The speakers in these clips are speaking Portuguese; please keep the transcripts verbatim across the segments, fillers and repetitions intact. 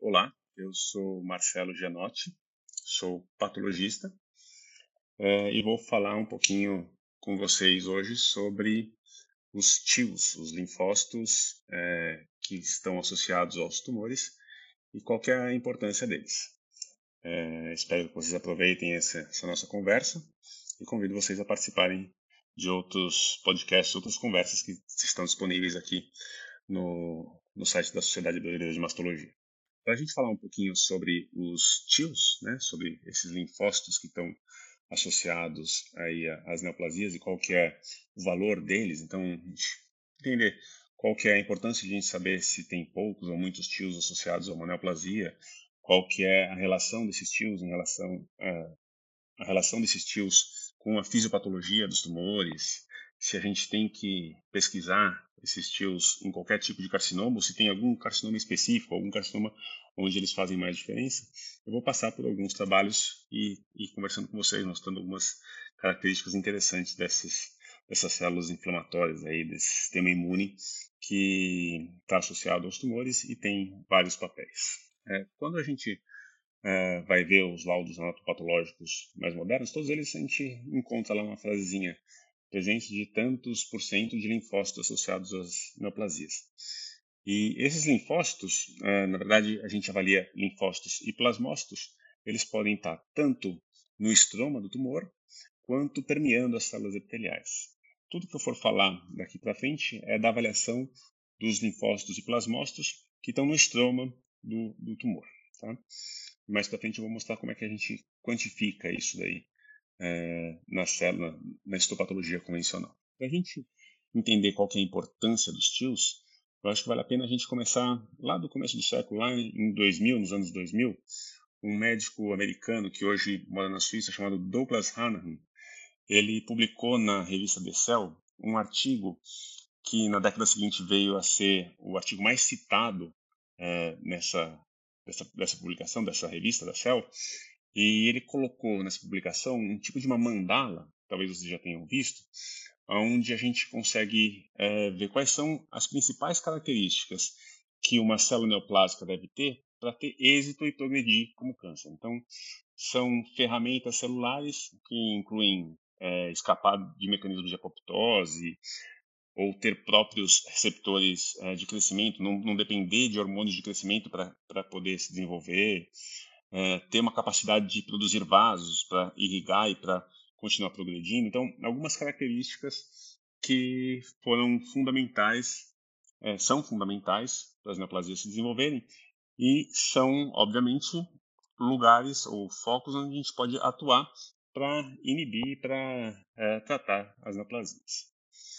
Olá, eu sou Marcelo Gianotti, sou patologista eh, e vou falar um pouquinho com vocês hoje sobre os TILs, os linfócitos eh, que estão associados aos tumores e qual que é a importância deles. Eh, espero que vocês aproveitem essa, essa nossa conversa e convido vocês a participarem de outros podcasts, outras conversas que estão disponíveis aqui no, no site da Sociedade Brasileira de Mastologia. Para a gente falar um pouquinho sobre os TILs, né, sobre esses linfócitos que estão associados aí às neoplasias e qual que é o valor deles, então a gente entender qual que é a importância de a gente saber se tem poucos ou muitos TILs associados a uma neoplasia, qual que é a relação desses TILs em relação a, a relação desses TILs com a fisiopatologia dos tumores, se a gente tem que pesquisar esses TILs em qualquer tipo de carcinoma, ou se tem algum carcinoma específico, algum carcinoma onde eles fazem mais diferença. Eu vou passar por alguns trabalhos e, e conversando com vocês, mostrando algumas características interessantes dessas, dessas células inflamatórias aí, desse sistema imune que está associado aos tumores e tem vários papéis. É, quando a gente é, vai ver os laudos anatopatológicos mais modernos, todos eles a gente encontra lá uma frasezinha: presença de tantos por cento de linfócitos associados às neoplasias. E esses linfócitos, é, na verdade, a gente avalia linfócitos e plasmócitos, eles podem estar tanto no estroma do tumor, quanto permeando as células epiteliais. Tudo que eu for falar daqui para frente é da avaliação dos linfócitos e plasmócitos que estão no estroma do, do tumor. Tá? Mais para frente eu vou mostrar como é que a gente quantifica isso daí é, na célula, na histopatologia convencional. Para a gente entender qual que é a importância dos TILs, eu acho que vale a pena a gente começar lá do começo do século, lá em dois mil, nos anos dois mil, um médico americano que hoje mora na Suíça, chamado Douglas Hanahan, ele publicou na revista The Cell um artigo que na década seguinte veio a ser o artigo mais citado é, nessa dessa, dessa publicação, dessa revista da Cell, e ele colocou nessa publicação um tipo de uma mandala, talvez vocês já tenham visto, onde a gente consegue é, ver quais são as principais características que uma célula neoplásica deve ter para ter êxito e progredir como câncer. Então, são ferramentas celulares que incluem é, escapar de mecanismos de apoptose, ou ter próprios receptores uh, de crescimento, não, não depender de hormônios de crescimento para poder se desenvolver, uh, ter uma capacidade de produzir vasos para irrigar e para continuar progredindo. Então, algumas características que foram fundamentais, uh, são fundamentais para as neoplasias se desenvolverem e são, obviamente, lugares ou focos onde a gente pode atuar para inibir, para uh, tratar as neoplasias.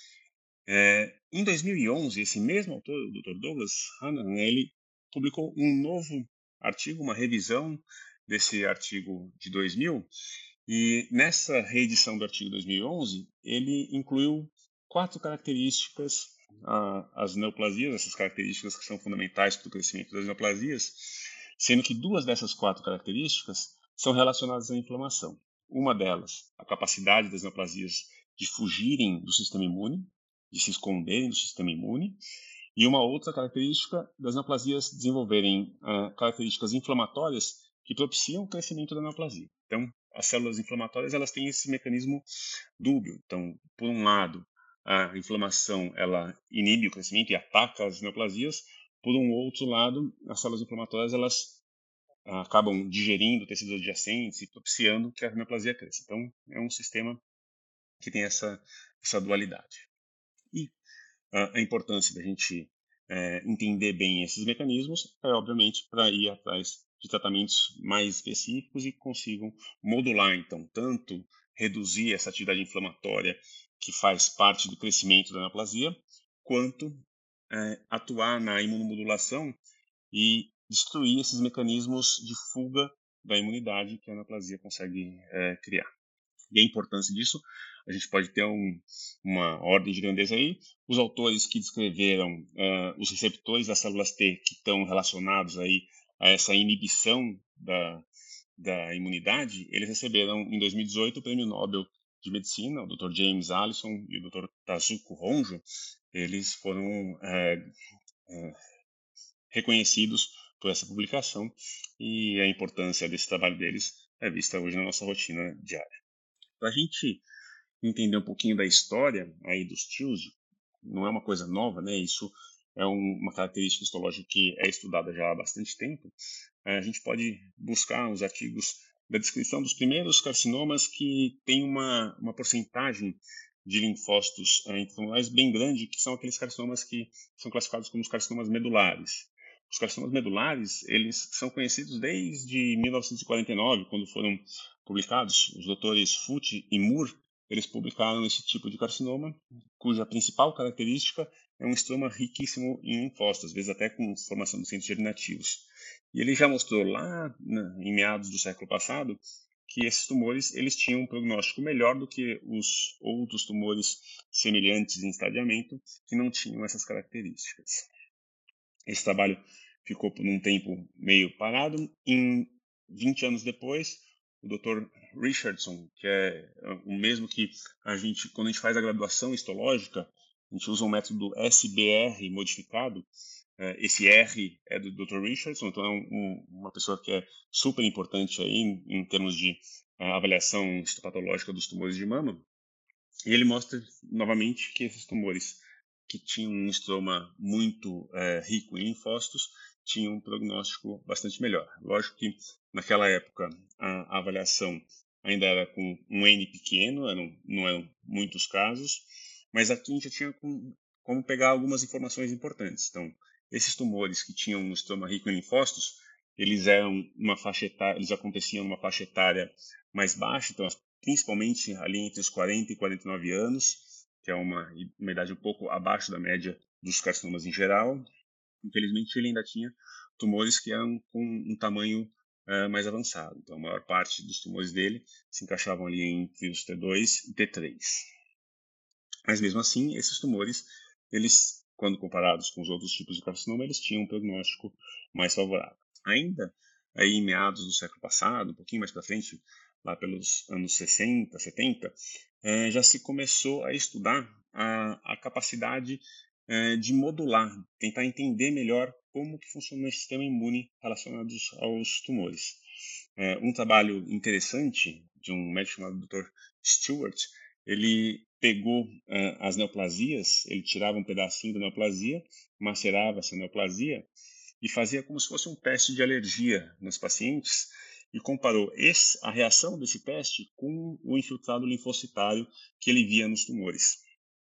É, em dois mil e onze, esse mesmo autor, o doutor Douglas Hanahan, ele publicou um novo artigo, uma revisão desse artigo de dois mil, e nessa reedição do artigo dois mil e onze, ele incluiu quatro características, ah, as neoplasias, essas características que são fundamentais para o crescimento das neoplasias, sendo que duas dessas quatro características são relacionadas à inflamação. Uma delas, a capacidade das neoplasias de fugirem do sistema imune, de se esconderem do sistema imune, e uma outra característica das neoplasias desenvolverem uh, características inflamatórias que propiciam o crescimento da neoplasia. Então, as células inflamatórias elas têm esse mecanismo dúbio. Então, por um lado, a inflamação ela inibe o crescimento e ataca as neoplasias. Por um outro lado, as células inflamatórias elas uh, acabam digerindo tecidos adjacentes e propiciando que a neoplasia cresça. Então, é um sistema que tem essa, essa dualidade. E a importância da gente é, entender bem esses mecanismos é, obviamente, para ir atrás de tratamentos mais específicos e que consigam modular, então, tanto reduzir essa atividade inflamatória que faz parte do crescimento da neoplasia, quanto é, atuar na imunomodulação e destruir esses mecanismos de fuga da imunidade que a neoplasia consegue é, criar. E a importância disso, a gente pode ter um, uma ordem de grandeza aí. Os autores que descreveram uh, os receptores das células T que estão relacionados aí a essa inibição da, da imunidade, eles receberam em dois mil e dezoito o Prêmio Nobel de Medicina, o doutor James Allison e o doutor Kazuko Honjo. Eles foram é, é, reconhecidos por essa publicação, e a importância desse trabalho deles é vista hoje na nossa rotina diária. Para a gente entender um pouquinho da história aí dos tios, não é uma coisa nova, né? Isso é um, uma característica histológica que é estudada já há bastante tempo. A gente pode buscar os artigos da descrição dos primeiros carcinomas que tem uma, uma porcentagem de linfócitos eh, intratumulares bem grande, que são aqueles carcinomas que são classificados como os carcinomas medulares. Os carcinomas medulares, eles são conhecidos desde mil novecentos e quarenta e nove, quando foram publicados. Os doutores Futi e Moore, eles publicaram esse tipo de carcinoma, cuja principal característica é um estroma riquíssimo em linfócitos, às vezes até com formação de centros germinativos. E ele já mostrou lá, na, em meados do século passado, que esses tumores eles tinham um prognóstico melhor do que os outros tumores semelhantes em estadiamento, que não tinham essas características. Esse trabalho ficou por um tempo meio parado. Em vinte anos depois, o doutor Richardson, que é o mesmo que a gente, quando a gente faz a graduação histológica, a gente usa um método S B R modificado. Esse R é do doutor Richardson, então é um, uma pessoa que é super importante aí em, em termos de uh, avaliação histopatológica dos tumores de mama. E ele mostra novamente que esses tumores que tinham um estroma muito uh, rico em linfócitos tinham um prognóstico bastante melhor. Lógico que naquela época a, a avaliação ainda era com um N pequeno, eram, não eram muitos casos, mas aqui a gente já tinha com, como pegar algumas informações importantes. Então, esses tumores que tinham um estroma rico em linfócitos, eles eram uma faixa etária, eles aconteciam numa faixa etária mais baixa, então principalmente ali entre os quarenta e quarenta e nove anos, que é uma, uma idade um pouco abaixo da média dos carcinomas em geral. Infelizmente, ele ainda tinha tumores que eram com um tamanho uh, mais avançado. Então, a maior parte dos tumores dele se encaixavam ali entre os T dois e T três. Mas mesmo assim, esses tumores, eles, quando comparados com os outros tipos de carcinoma, eles tinham um prognóstico mais favorável. Ainda aí em meados do século passado, um pouquinho mais para frente, lá pelos anos sessenta, setenta, eh, já se começou a estudar a, a capacidade eh, de modular, tentar entender melhor como que funciona o sistema imune relacionado aos tumores. Eh, um trabalho interessante de um médico chamado doutor Stewart, ele pegou uh, as neoplasias, ele tirava um pedacinho da neoplasia, macerava essa neoplasia e fazia como se fosse um teste de alergia nos pacientes e comparou esse, a reação desse teste com o infiltrado linfocitário que ele via nos tumores.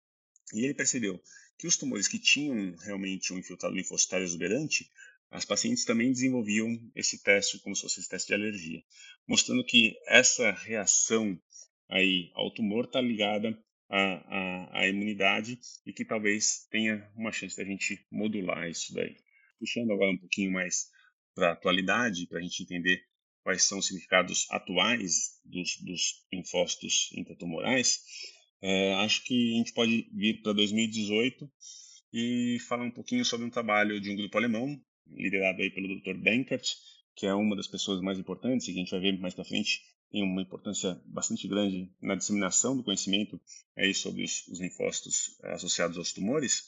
E ele percebeu que os tumores que tinham realmente um infiltrado linfocitário exuberante, as pacientes também desenvolviam esse teste como se fosse esse teste de alergia, mostrando que essa reação aí ao tumor está ligada à, à, à imunidade e que talvez tenha uma chance da gente modular isso daí. Puxando agora um pouquinho mais para a atualidade, para a gente entender quais são os significados atuais dos, dos linfócitos intratumorais, é, acho que a gente pode vir para dois mil e dezoito e falar um pouquinho sobre um trabalho de um grupo alemão, liderado aí pelo doutor Benkert, que é uma das pessoas mais importantes, e que a gente vai ver mais para frente, tem uma importância bastante grande na disseminação do conhecimento aí sobre os, os linfócitos associados aos tumores.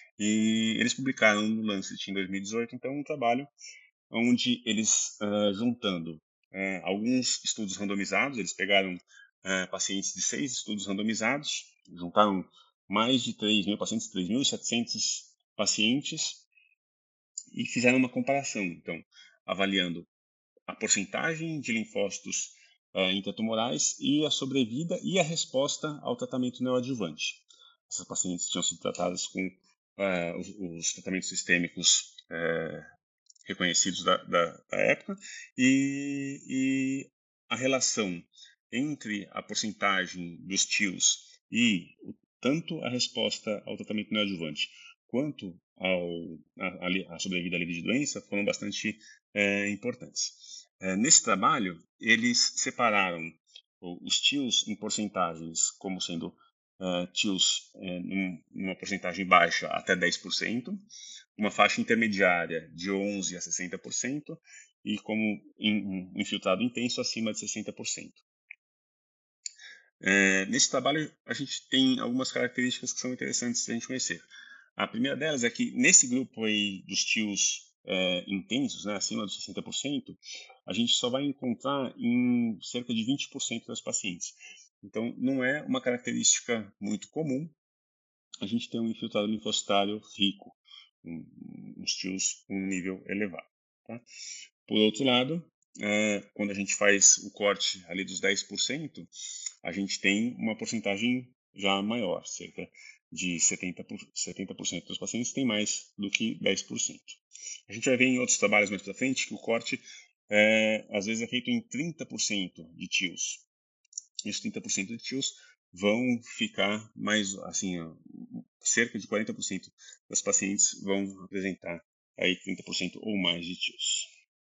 E eles publicaram no Lancet em dois mil e dezoito, então, um trabalho onde eles, uh, juntando uh, alguns estudos randomizados, eles pegaram uh, pacientes de seis estudos randomizados, juntaram mais de três mil pacientes, três mil e setecentos pacientes, e fizeram uma comparação, então, avaliando a porcentagem de linfócitos uh, intratumorais e a sobrevida e a resposta ao tratamento neoadjuvante. Essas pacientes tinham sido tratadas com uh, os, os tratamentos sistêmicos uh, reconhecidos da, da, da época, e, e a relação entre a porcentagem dos tios e o, tanto a resposta ao tratamento neoadjuvante quanto ao, a, a sobrevida livre de doença foram bastante é, importantes. É, nesse trabalho, eles separaram os tios em porcentagens como sendo uh, tios uh, numa porcentagem baixa até dez por cento, uma faixa intermediária de onze a sessenta por cento e como in, infiltrado intenso acima de sessenta por cento. É, nesse trabalho, a gente tem algumas características que são interessantes de a gente conhecer. A primeira delas é que nesse grupo aí dos tios é, intensos, né, acima dos sessenta por cento, a gente só vai encontrar em cerca de vinte por cento das pacientes. Então, não é uma característica muito comum a gente ter um infiltrado linfocitário rico, um, uns tios com um nível elevado. Tá? Por outro lado, é, quando a gente faz o corte ali dos dez por cento, a gente tem uma porcentagem já maior, cerca de setenta por cento, setenta por cento dos pacientes tem mais do que dez por cento. A gente vai ver em outros trabalhos mais para frente que o corte é, às vezes é feito em trinta por cento de tios. E os trinta por cento de tios vão ficar mais, assim, ó, cerca de quarenta por cento das pacientes vão apresentar aí trinta por cento ou mais de tios.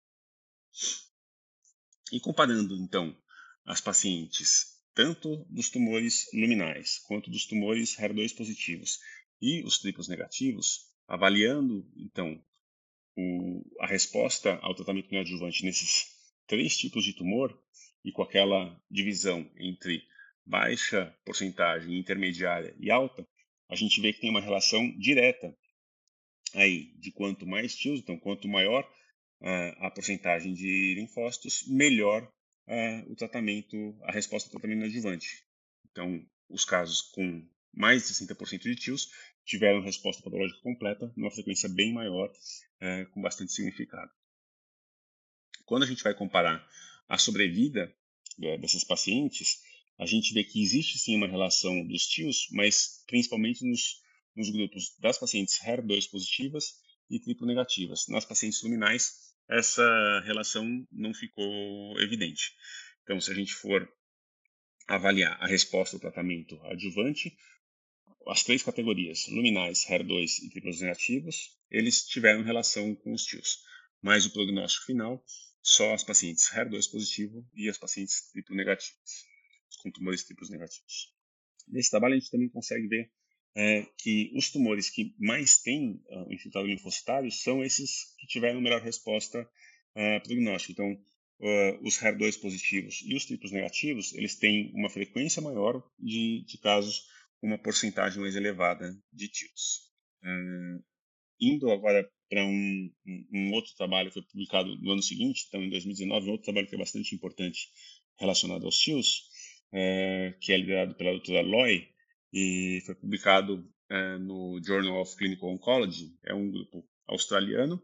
E comparando, então, as pacientes, tanto dos tumores luminais quanto dos tumores H E R dois positivos e os triplos negativos, avaliando, então, o, a resposta ao tratamento neoadjuvante nesses três tipos de tumor e com aquela divisão entre baixa porcentagem, intermediária e alta, a gente vê que tem uma relação direta aí de quanto mais tios, então quanto maior uh, a porcentagem de linfócitos, melhor uh, o tratamento, a resposta ao tratamento adjuvante. Então, os casos com mais de sessenta por cento de tios tiveram resposta patológica completa numa frequência bem maior, uh, com bastante significado. Quando a gente vai comparar a sobrevida uh, dessas pacientes, a gente vê que existe sim uma relação dos tios, mas principalmente nos nos grupos das pacientes H E R dois positivas e triplo negativas. Nas pacientes luminais, essa relação não ficou evidente. Então, se a gente for avaliar a resposta ao tratamento adjuvante, as três categorias, luminais, H E R dois e triplos negativos, eles tiveram relação com os tios. Mas o prognóstico final, só as pacientes H E R dois positivo e as pacientes triplo negativas, com tumores triplos negativos. Nesse trabalho, a gente também consegue ver é, que os tumores que mais têm uh, infiltrado linfocitário são esses que tiveram melhor resposta uh, prognóstica. Então, uh, os H E R dois positivos e os triplos negativos, eles têm uma frequência maior de, de casos com uma porcentagem mais elevada de tios. Uh, indo agora para um, um, um outro trabalho que foi publicado no ano seguinte, então em dois mil e dezenove, um outro trabalho que é bastante importante relacionado aos tios, é, que é liderado pela doutora Loy, e foi publicado é, no Journal of Clinical Oncology. É um grupo australiano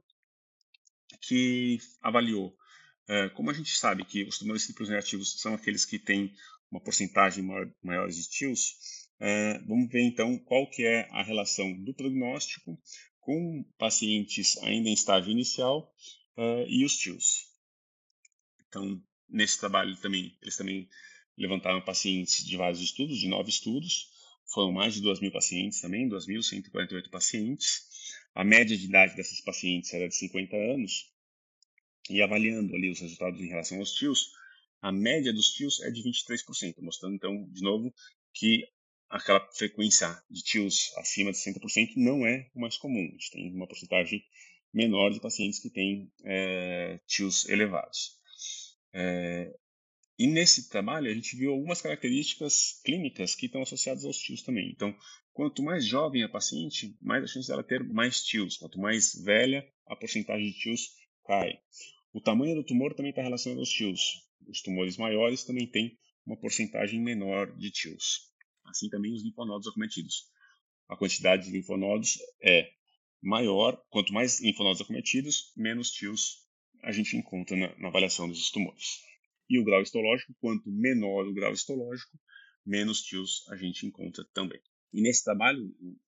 que avaliou, é, como a gente sabe que os tumores triplos negativos são aqueles que têm uma porcentagem maior, maior de tios, é, vamos ver então qual que é a relação do prognóstico com pacientes ainda em estágio inicial uh, e os tios. Então, nesse trabalho também, eles também levantaram pacientes de vários estudos, de nove estudos, foram mais de duas mil pacientes também, duas mil cento e quarenta e oito pacientes. A média de idade dessas pacientes era de cinquenta anos, e avaliando ali os resultados em relação aos tios, a média dos tios é de vinte e três por cento, mostrando então, de novo, que aquela frequência de tios acima de sessenta por cento não é o mais comum. A gente tem uma porcentagem menor de pacientes que têm é, tios elevados. É, e nesse trabalho a gente viu algumas características clínicas que estão associadas aos tios também. Então, quanto mais jovem a paciente, mais a chance dela ter mais tios. Quanto mais velha, a porcentagem de tios cai. O tamanho do tumor também está relacionado aos tios. Os tumores maiores também têm uma porcentagem menor de tios. Assim também os linfonodos acometidos. A quantidade de linfonodos é maior, quanto mais linfonodos acometidos, menos tios a gente encontra na, na avaliação desses tumores. E o grau histológico, quanto menor o grau histológico, menos tios a gente encontra também. E nesse trabalho,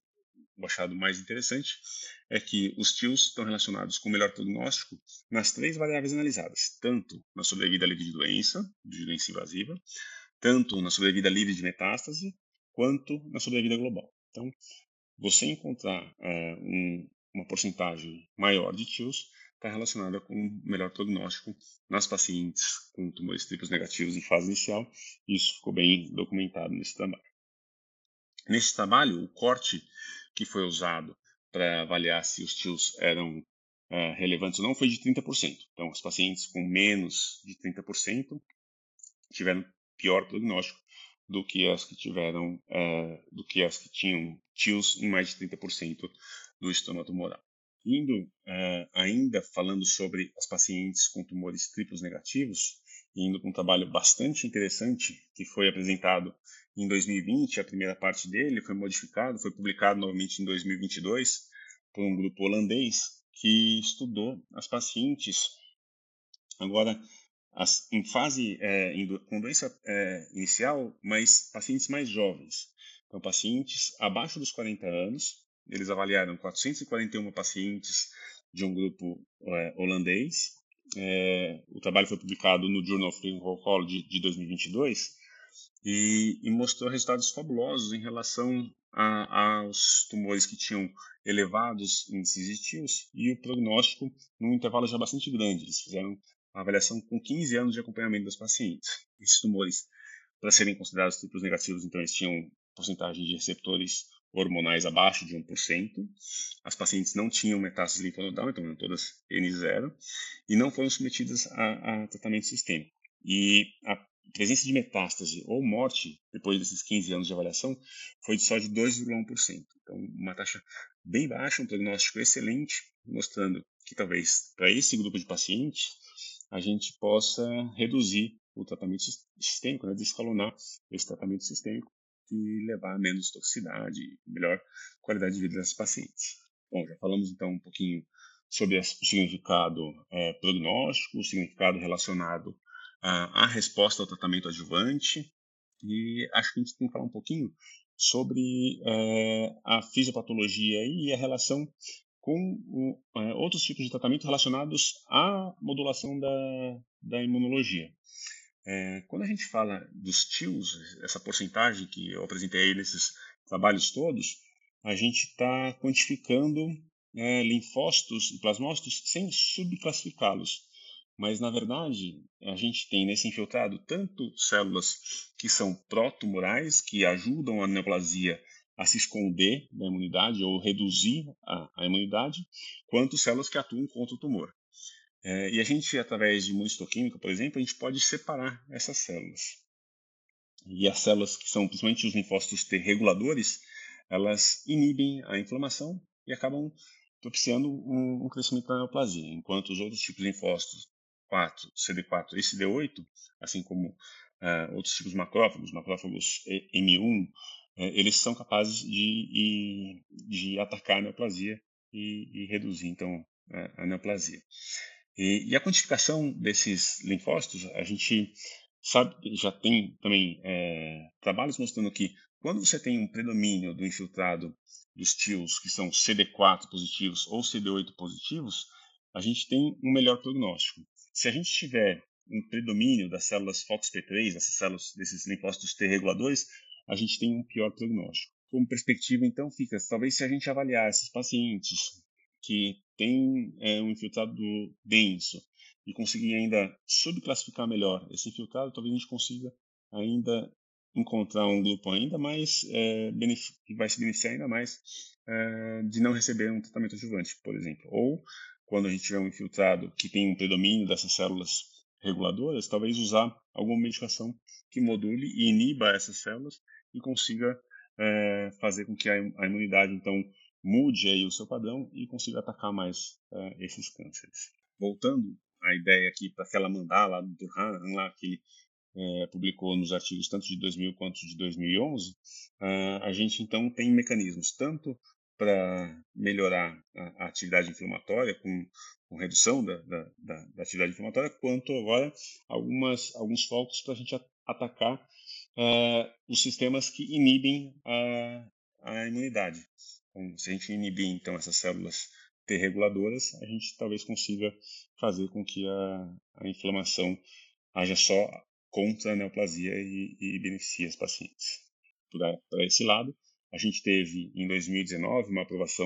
o achado mais interessante é que os tios estão relacionados com o melhor prognóstico nas três variáveis analisadas, tanto na sobrevida livre de doença, de doença invasiva, tanto na sobrevida livre de metástase, quanto na sobrevida global. Então, você encontrar é, um, uma porcentagem maior de tios está relacionada com um melhor prognóstico nas pacientes com tumores triplos negativos em fase inicial. Isso ficou bem documentado nesse trabalho. Nesse trabalho, o corte que foi usado para avaliar se os tios eram uh, relevantes ou não foi de trinta por cento. Então, os pacientes com menos de trinta por cento tiveram pior prognóstico do que as que tiveram, uh, do que as que tinham tios em mais de trinta por cento do estômago tumoral. Indo uh, ainda falando sobre as pacientes com tumores triplos negativos, indo com um trabalho bastante interessante que foi apresentado em dois mil e vinte, a primeira parte dele foi modificado, foi publicado novamente em dois mil e vinte e dois por um grupo holandês que estudou as pacientes agora as, em fase é, em, com doença é, inicial, mas pacientes mais jovens. Então, pacientes abaixo dos quarenta anos, eles avaliaram quatrocentos e quarenta e um pacientes de um grupo é, holandês. É, o trabalho foi publicado no Journal of Clinical Oncology de dois mil e vinte e dois e, e mostrou resultados fabulosos em relação a, aos tumores que tinham elevados índices de TILs e o prognóstico num intervalo já bastante grande. Eles fizeram a avaliação com quinze anos de acompanhamento dos pacientes. Esses tumores, para serem considerados triplos negativos, então eles tinham porcentagem de receptores hormonais abaixo de um por cento. As pacientes não tinham metástase linfonodal, então eram todas N zero, e não foram submetidas a, a tratamento sistêmico. E a presença de metástase ou morte, depois desses quinze anos de avaliação, foi só de dois vírgula um por cento. Então, uma taxa bem baixa, um prognóstico excelente, mostrando que talvez para esse grupo de pacientes a gente possa reduzir o tratamento sistêmico, né, descalonar esse tratamento sistêmico e levar a menos toxicidade e melhor qualidade de vida das pacientes. Bom, já falamos então um pouquinho sobre o significado é, prognóstico, o significado relacionado à, à resposta ao tratamento adjuvante, e acho que a gente tem que falar um pouquinho sobre é, a fisiopatologia e a relação com o, é, outros tipos de tratamento relacionados à modulação da, da imunologia. É, quando a gente fala dos TILs, essa porcentagem que eu apresentei aí nesses trabalhos todos, a gente está quantificando é, linfócitos e plasmócitos sem subclassificá-los. Mas, na verdade, a gente tem nesse infiltrado tanto células que são pró-tumorais, que ajudam a neoplasia a se esconder da imunidade ou reduzir a, a imunidade, quanto células que atuam contra o tumor. É, e a gente, através de imunistoquímica, por exemplo, a gente pode separar essas células. E as células que são, principalmente os linfócitos T reguladores, elas inibem a inflamação e acabam propiciando um, um crescimento da neoplasia, enquanto os outros tipos de linfócitos, quatro, C D quatro e C D oito, assim como uh, outros tipos de macrófagos, macrófagos M um, uh, eles são capazes de, de, de atacar a neoplasia e, e reduzir, então, a, a neoplasia. E, e a quantificação desses linfócitos, a gente sabe, já tem também é, trabalhos mostrando que quando você tem um predomínio do infiltrado dos TILs, que são C D quatro positivos ou C D oito positivos, a gente tem um melhor prognóstico. Se a gente tiver um predomínio das células Fox P três, dessas células, desses linfócitos T reguladores, a gente tem um pior prognóstico. Como perspectiva, então, fica, talvez se a gente avaliar esses pacientes que têm é, um infiltrado denso e conseguir ainda subclassificar melhor esse infiltrado, talvez a gente consiga ainda encontrar um grupo ainda mais é, que vai se beneficiar ainda mais é, de não receber um tratamento adjuvante, por exemplo. Ou quando a gente tiver um infiltrado que tem um predomínio dessas células reguladoras, talvez usar alguma medicação que module e iniba essas células e consiga é, fazer com que a, a imunidade, então, mude aí o seu padrão e consiga atacar mais uh, esses cânceres. Voltando à ideia aqui para aquela mandala do Burhan, lá que ele uh, publicou nos artigos tanto de dois mil quanto de dois mil e onze, uh, a gente então tem mecanismos tanto para melhorar a, a atividade inflamatória com, com redução da, da, da, da atividade inflamatória, quanto agora algumas, alguns focos para a gente atacar uh, os sistemas que inibem a, a imunidade. Então, se a gente inibir então essas células T reguladoras, a gente talvez consiga fazer com que a, a inflamação haja só contra a neoplasia e, e beneficie os pacientes. Para esse lado, a gente teve em dois mil e dezenove uma aprovação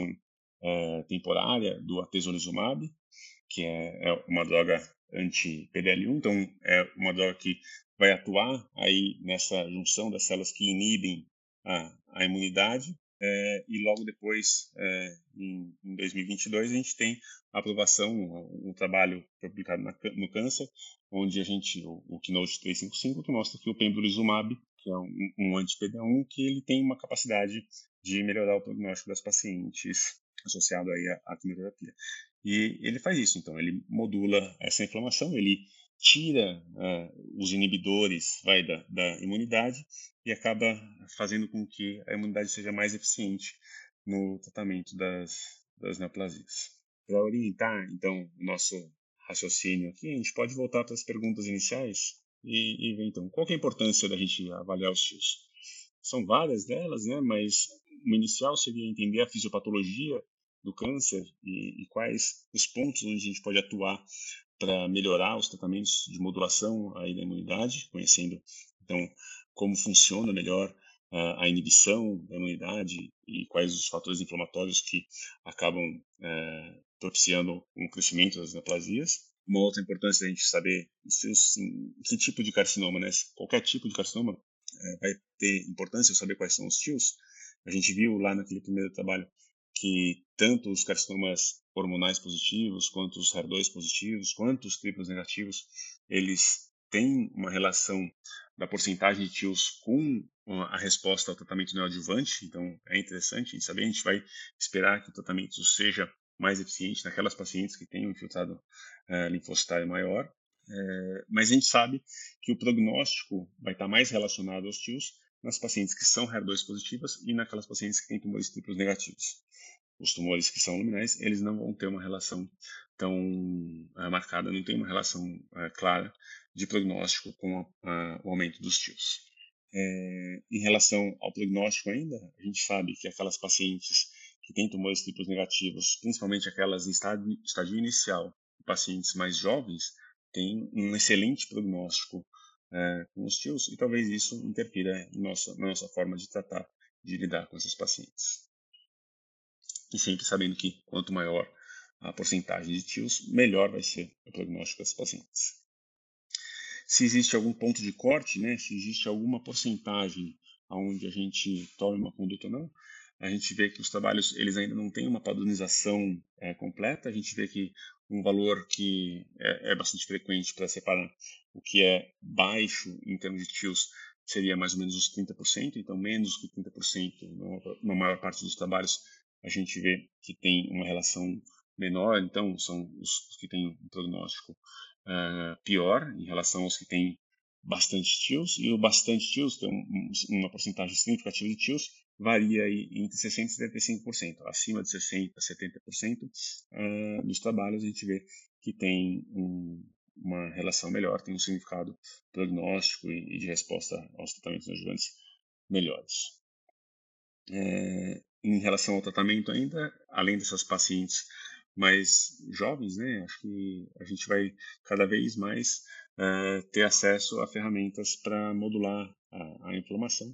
é, temporária do atezolizumab, que é, é uma droga anti-P D L um, então é uma droga que vai atuar aí nessa junção das células que inibem a, a imunidade. É, e logo depois, é, em, em dois mil e vinte e dois, a gente tem a aprovação, um, um trabalho publicado na, no câncer, onde a gente, o, o Keynote trezentos e cinquenta e cinco, que mostra que o pembrolizumab, que é um, um anti-P D um, que ele tem uma capacidade de melhorar o prognóstico das pacientes associado aí à, à quimioterapia. E ele faz isso, então, ele modula essa inflamação, ele tira uh, os inibidores vai, da, da imunidade e acaba fazendo com que a imunidade seja mais eficiente no tratamento das, das neoplasias. Para orientar, então, o nosso raciocínio aqui, a gente pode voltar para as perguntas iniciais e, e ver, então, qual que é a importância da gente avaliar os tios? São várias delas, né, mas o inicial seria entender a fisiopatologia do câncer e, e quais os pontos onde a gente pode atuar para melhorar os tratamentos de modulação aí da imunidade, conhecendo então como funciona melhor uh, a inibição da imunidade e quais os fatores inflamatórios que acabam uh, propiciando o crescimento das neoplasias. Uma outra importância é a gente saber sim, que tipo de carcinoma, né? Qualquer tipo de carcinoma uh, vai ter importância saber quais são os tios. A gente viu lá naquele primeiro trabalho que tanto os carcinomas hormonais positivos, quanto os H E R dois positivos, quanto os triplos negativos, eles têm uma relação da porcentagem de tios com a resposta ao tratamento neoadjuvante. Então, é interessante a gente saber, a gente vai esperar que o tratamento seja mais eficiente naquelas pacientes que têm um infiltrado uh, linfocitário maior. Uh, mas a gente sabe que o prognóstico vai estar mais relacionado aos tios nas pacientes que são H E R dois positivas e naquelas pacientes que têm tumores triplos negativos. Os tumores que são luminais, eles não vão ter uma relação tão uh, marcada, não tem uma relação uh, clara de prognóstico com a, uh, o aumento dos tios. É, em relação ao prognóstico ainda, a gente sabe que aquelas pacientes que têm tumores triplos negativos, principalmente aquelas em estádio, estádio inicial, pacientes mais jovens, têm um excelente prognóstico uh, com os tios e talvez isso interfira em nossa, na nossa forma de tratar, de lidar com esses pacientes. E sempre sabendo que quanto maior a porcentagem de tios, melhor vai ser o prognóstico das pacientes. Se existe algum ponto de corte, né, se existe alguma porcentagem onde a gente tome uma conduta ou não, a gente vê que os trabalhos eles ainda não têm uma padronização é, completa. A gente vê que um valor que é, é bastante frequente para separar o que é baixo em termos de tios seria mais ou menos os trinta por cento, então menos que trinta por cento na maior parte dos trabalhos a gente vê que tem uma relação menor, então são os, os que têm um prognóstico uh, pior em relação aos que têm bastante tios, e o bastante tios, tem um, uma porcentagem significativa de tios, varia aí entre sessenta e setenta e cinco por cento. Acima de sessenta por cento, setenta por cento uh, dos trabalhos a gente vê que tem um, uma relação melhor, tem um significado prognóstico e, e de resposta aos tratamentos adjuvantes melhores. É, em relação ao tratamento ainda, além dessas pacientes mais jovens, né, acho que a gente vai cada vez mais uh, ter acesso a ferramentas para modular a, a inflamação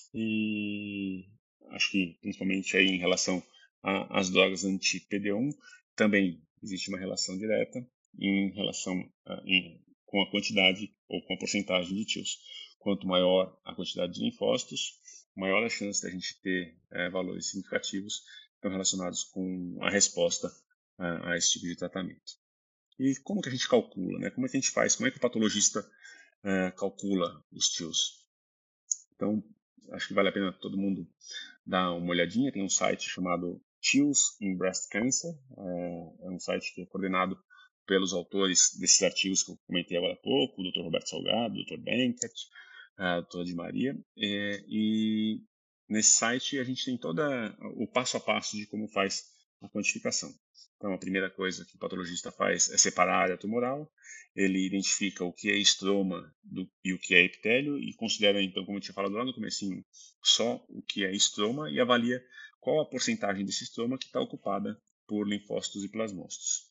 e acho que principalmente aí em relação às drogas anti-P D um também existe uma relação direta em relação uh, em, com a quantidade ou com a porcentagem de tios. Quanto maior a quantidade de linfócitos, maior a chance da gente ter é, valores significativos estão relacionados com a resposta a, a esse tipo de tratamento. E como que a gente calcula, né? Como é que a gente faz? Como é que o patologista é, calcula os tios? Então, acho que vale a pena todo mundo dar uma olhadinha. Tem um site chamado Tios in Breast Cancer. É, é um site que é coordenado pelos autores desses artigos que eu comentei agora há pouco, o doutor Roberto Salgado, o doutor Benkett, a doutora Di Maria, é, e nesse site a gente tem todo o passo a passo de como faz a quantificação. Então, a primeira coisa que o patologista faz é separar a área tumoral, ele identifica o que é estroma do, e o que é epitélio e considera, então, como eu tinha falado lá no comecinho, só o que é estroma e avalia qual a porcentagem desse estroma que está ocupada por linfócitos e plasmócitos.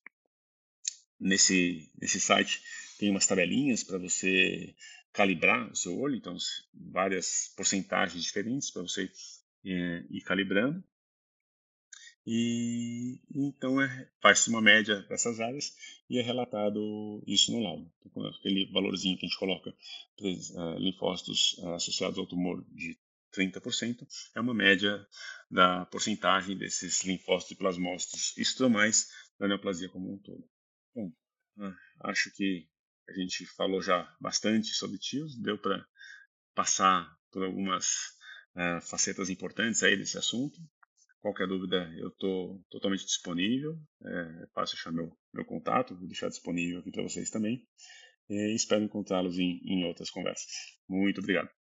Nesse, nesse site tem umas tabelinhas para você calibrar o seu olho, então várias porcentagens diferentes para você é, ir calibrando. E então é, faz-se uma média dessas áreas e é relatado isso no laudo. Então, aquele valorzinho que a gente coloca para uh, linfócitos uh, associados ao tumor de trinta por cento é uma média da porcentagem desses linfócitos e plasmócitos estromais da neoplasia como um todo. Bom, uh, acho que a gente falou já bastante sobre tios, deu para passar por algumas uh, facetas importantes aí desse assunto. Qualquer dúvida, eu estou totalmente disponível. É fácil achar meu, meu contato, vou deixar disponível aqui para vocês também. E espero encontrá-los em, em outras conversas. Muito obrigado.